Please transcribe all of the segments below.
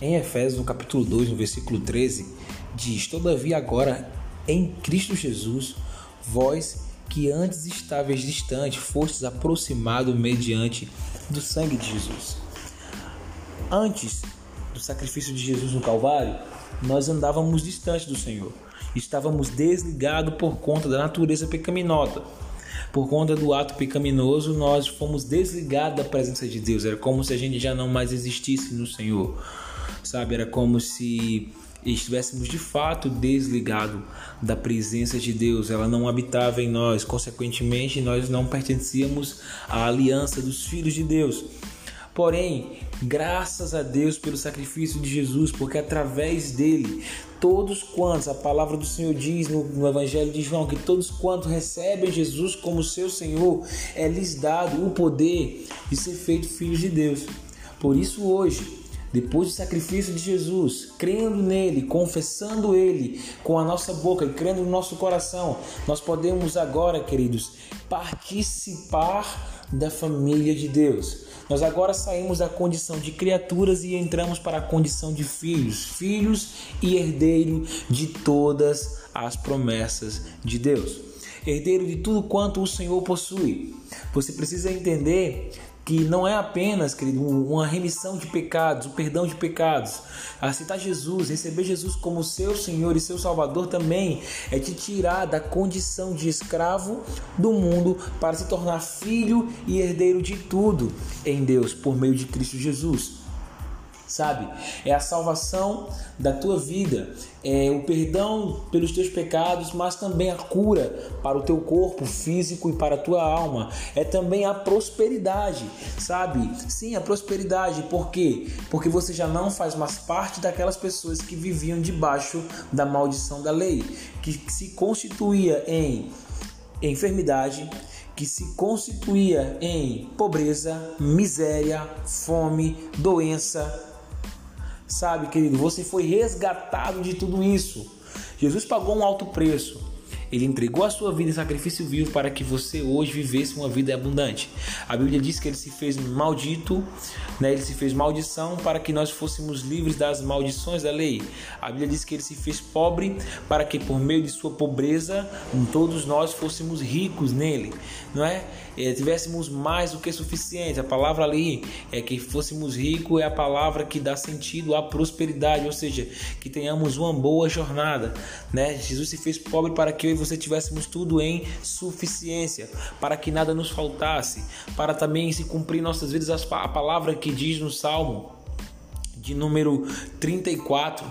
Em Efésios, no capítulo 2, no versículo 13, diz: Todavia agora, em Cristo Jesus, vós que antes estáveis distantes, fostes aproximados mediante do sangue de Jesus. Antes do sacrifício de Jesus no Calvário, nós andávamos distante do Senhor. Estávamos desligados por conta da natureza pecaminosa. Por conta do ato pecaminoso, nós fomos desligados da presença de Deus. Era como se a gente já não mais existisse no Senhor. Sabe? Era como se estivéssemos de fato desligados da presença de Deus. Ela não habitava em nós. Consequentemente, nós não pertencíamos à aliança dos filhos de Deus. Porém, graças a Deus pelo sacrifício de Jesus, porque através dele, todos quantos, a palavra do Senhor diz no Evangelho de João, que todos quantos recebem Jesus como seu Senhor, é-lhes dado o poder de ser feito filhos de Deus. Por isso hoje, depois do sacrifício de Jesus, crendo nele, confessando ele com a nossa boca e crendo no nosso coração, nós podemos agora, queridos, participar da família de Deus. Nós agora saímos da condição de criaturas e entramos para a condição de filhos e herdeiro de todas as promessas de Deus. Herdeiro de tudo quanto o Senhor possui. Você precisa entender que não é apenas, querido, uma remissão de pecados, o perdão de pecados. Aceitar Jesus, receber Jesus como seu Senhor e seu Salvador também é te tirar da condição de escravo do mundo para se tornar filho e herdeiro de tudo em Deus por meio de Cristo Jesus. Sabe? É a salvação da tua vida, é o perdão pelos teus pecados, mas também a cura para o teu corpo físico e para a tua alma. É também a prosperidade, sabe? Sim, a prosperidade. Por quê? Porque você já não faz mais parte daquelas pessoas que viviam debaixo da maldição da lei, que se constituía em enfermidade, que se constituía em pobreza, miséria, fome, doença. Sabe, querido, você foi resgatado de tudo isso. Jesus pagou um alto preço. Ele entregou a sua vida em sacrifício vivo para que você hoje vivesse uma vida abundante. A Bíblia diz que ele se fez maldito, ele se fez maldição para que nós fôssemos livres das maldições da lei. A Bíblia diz que ele se fez pobre para que por meio de sua pobreza todos nós fôssemos ricos nele, não é? Tivéssemos mais do que suficiente. A palavra ali é que fôssemos ricos, é a palavra que dá sentido à prosperidade, ou seja, que tenhamos uma boa jornada, né? Jesus se fez pobre para que eu e você tivéssemos tudo em suficiência, para que nada nos faltasse, para também se cumprir em nossas vidas a palavra que diz no Salmo de número 34,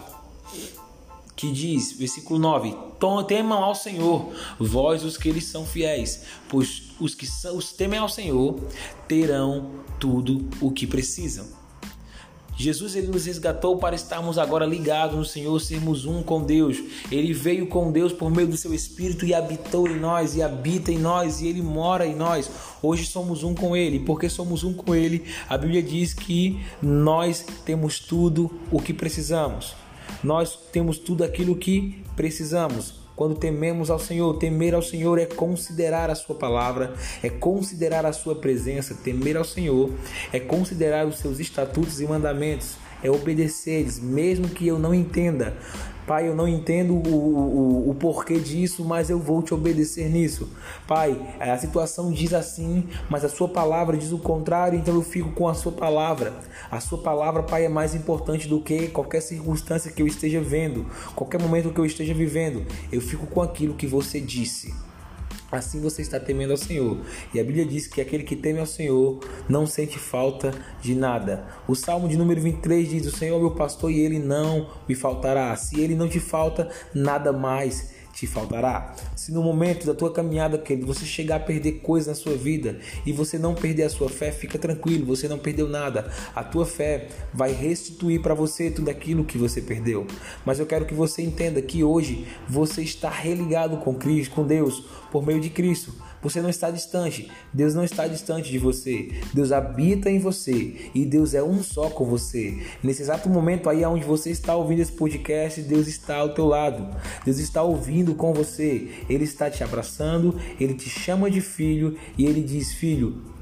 que diz, versículo 9: temam ao Senhor, vós os que lhes são fiéis, pois os que temem ao Senhor terão tudo o que precisam. Jesus, ele nos resgatou para estarmos agora ligados no Senhor, sermos um com Deus. Ele veio com Deus por meio do seu Espírito e habitou em nós, e habita em nós, e ele mora em nós. Hoje somos um com ele. Porque somos um com ele, a Bíblia diz que nós temos tudo o que precisamos. Nós temos tudo aquilo que precisamos. Quando tememos ao Senhor, temer ao Senhor é considerar a sua palavra, é considerar a sua presença. Temer ao Senhor é considerar os seus estatutos e mandamentos, é obedecer-lhes, mesmo que eu não entenda. Pai, eu não entendo o porquê disso, mas eu vou te obedecer nisso. Pai, a situação diz assim, mas a sua palavra diz o contrário, então eu fico com a sua palavra. A sua palavra, Pai, é mais importante do que qualquer circunstância que eu esteja vendo, qualquer momento que eu esteja vivendo. Eu fico com aquilo que você disse. Assim você está temendo ao Senhor. E a Bíblia diz que aquele que teme ao Senhor não sente falta de nada. O Salmo de número 23 diz: o Senhor é meu pastor e ele não me faltará. Se ele não te falta, nada mais te faltará. Se no momento da tua caminhada, querido, você chegar a perder coisas na sua vida e você não perder a sua fé, fica tranquilo, você não perdeu nada. A tua fé vai restituir para você tudo aquilo que você perdeu. Mas eu quero que você entenda que hoje você está religado com Cristo, com Deus, por meio de Cristo. Você não está distante. Deus não está distante de você. Deus habita em você e Deus é um só com você. Nesse exato momento aí onde você está ouvindo esse podcast, Deus está ao teu lado. Deus está ouvindo com você. Ele está te abraçando, ele te chama de filho e ele diz: filho,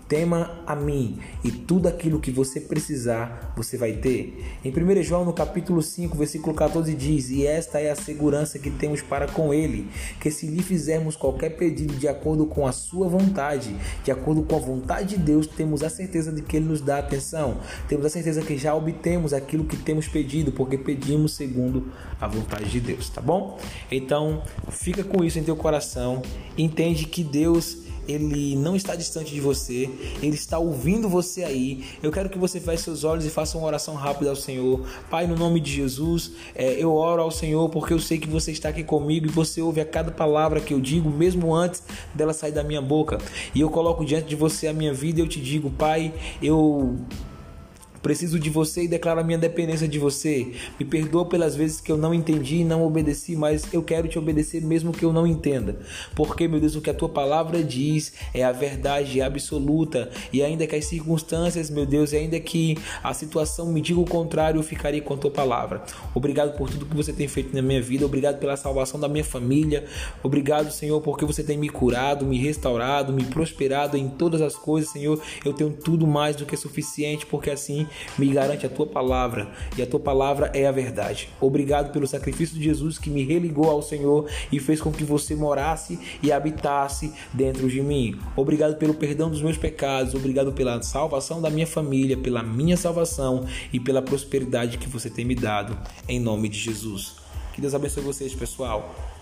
tema a mim e tudo aquilo que você precisar, você vai ter. Em 1 João, no capítulo 5, versículo 14 diz: e esta é a segurança que temos para com Ele, que se lhe fizermos qualquer pedido de acordo com a sua vontade, de acordo com a vontade de Deus, temos a certeza de que Ele nos dá atenção, temos a certeza que já obtemos aquilo que temos pedido, porque pedimos segundo a vontade de Deus, tá bom? Então, fica com isso em teu coração, entende que Deus, Ele não está distante de você, Ele está ouvindo você aí. Eu quero que você feche seus olhos e faça uma oração rápida ao Senhor. Pai, no nome de Jesus, eu oro ao Senhor porque eu sei que você está aqui comigo e você ouve a cada palavra que eu digo, mesmo antes dela sair da minha boca. E eu coloco diante de você a minha vida e eu te digo, Pai, eu preciso de você e declaro a minha dependência de você. Me perdoa pelas vezes que eu não entendi e não obedeci, mas eu quero te obedecer mesmo que eu não entenda. Porque, meu Deus, o que a tua palavra diz é a verdade absoluta. E ainda que as circunstâncias, meu Deus, e ainda que a situação me diga o contrário, eu ficarei com a tua palavra. Obrigado por tudo que você tem feito na minha vida. Obrigado pela salvação da minha família. Obrigado, Senhor, porque você tem me curado, me restaurado, me prosperado em todas as coisas, Senhor. Eu tenho tudo mais do que suficiente, porque assim me garante a tua palavra, e a tua palavra é a verdade. Obrigado pelo sacrifício de Jesus que me religou ao Senhor e fez com que você morasse e habitasse dentro de mim. Obrigado pelo perdão dos meus pecados, obrigado pela salvação da minha família, pela minha salvação e pela prosperidade que você tem me dado, em nome de Jesus. Que Deus abençoe vocês, pessoal.